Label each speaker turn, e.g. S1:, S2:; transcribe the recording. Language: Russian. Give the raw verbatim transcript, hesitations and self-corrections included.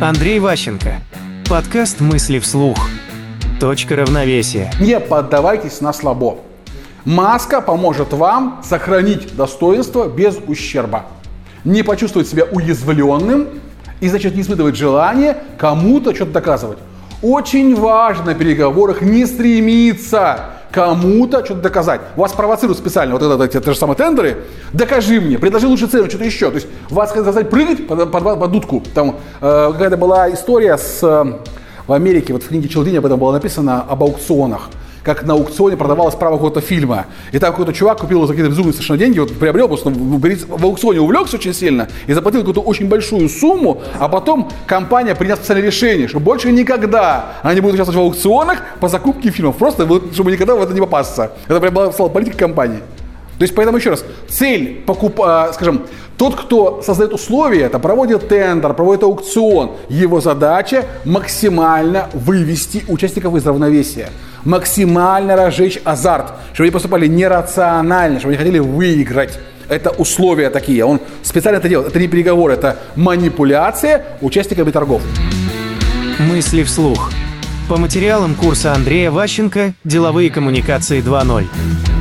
S1: Андрей Ващенко. Подкаст «Мысли вслух». Точка равновесия.
S2: Не поддавайтесь на слабо. Маска поможет вам сохранить достоинство без ущерба. Не почувствовать себя уязвленным и, значит, не испытывать желания кому-то что-то доказывать. Очень важно на переговорах не стремиться кому-то что-то доказать. Вас провоцируют специально вот это, эти те же самые тендеры. Докажи мне, предложи лучше цену, что-то еще. То есть вас хотят заставить прыгать под, под, под дудку. Там э, какая-то была история с, э, в Америке, вот в книге Челдини об этом было написано, об аукционах. Как на аукционе продавалось право какого-то фильма. И там какой-то чувак купил за какие-то безумные совершенно деньги, вот приобрел, просто в аукционе увлекся очень сильно и заплатил какую-то очень большую сумму, а потом компания приняла специальное решение, что больше никогда она не будет участвовать в аукционах по закупке фильмов, просто чтобы никогда в это не попасться. Это прям была политика компании. То есть, поэтому еще раз, цель, покуп, скажем, тот, кто создает условия, это проводит тендер, проводит аукцион, его задача максимально вывести участников из равновесия, максимально разжечь азарт, чтобы они поступали нерационально, чтобы они хотели выиграть. Это условия такие, он специально это делает, это не переговоры, это манипуляция участниками торгов.
S1: Мысли вслух. По материалам курса Андрея Ващенко «Деловые коммуникации два ноль».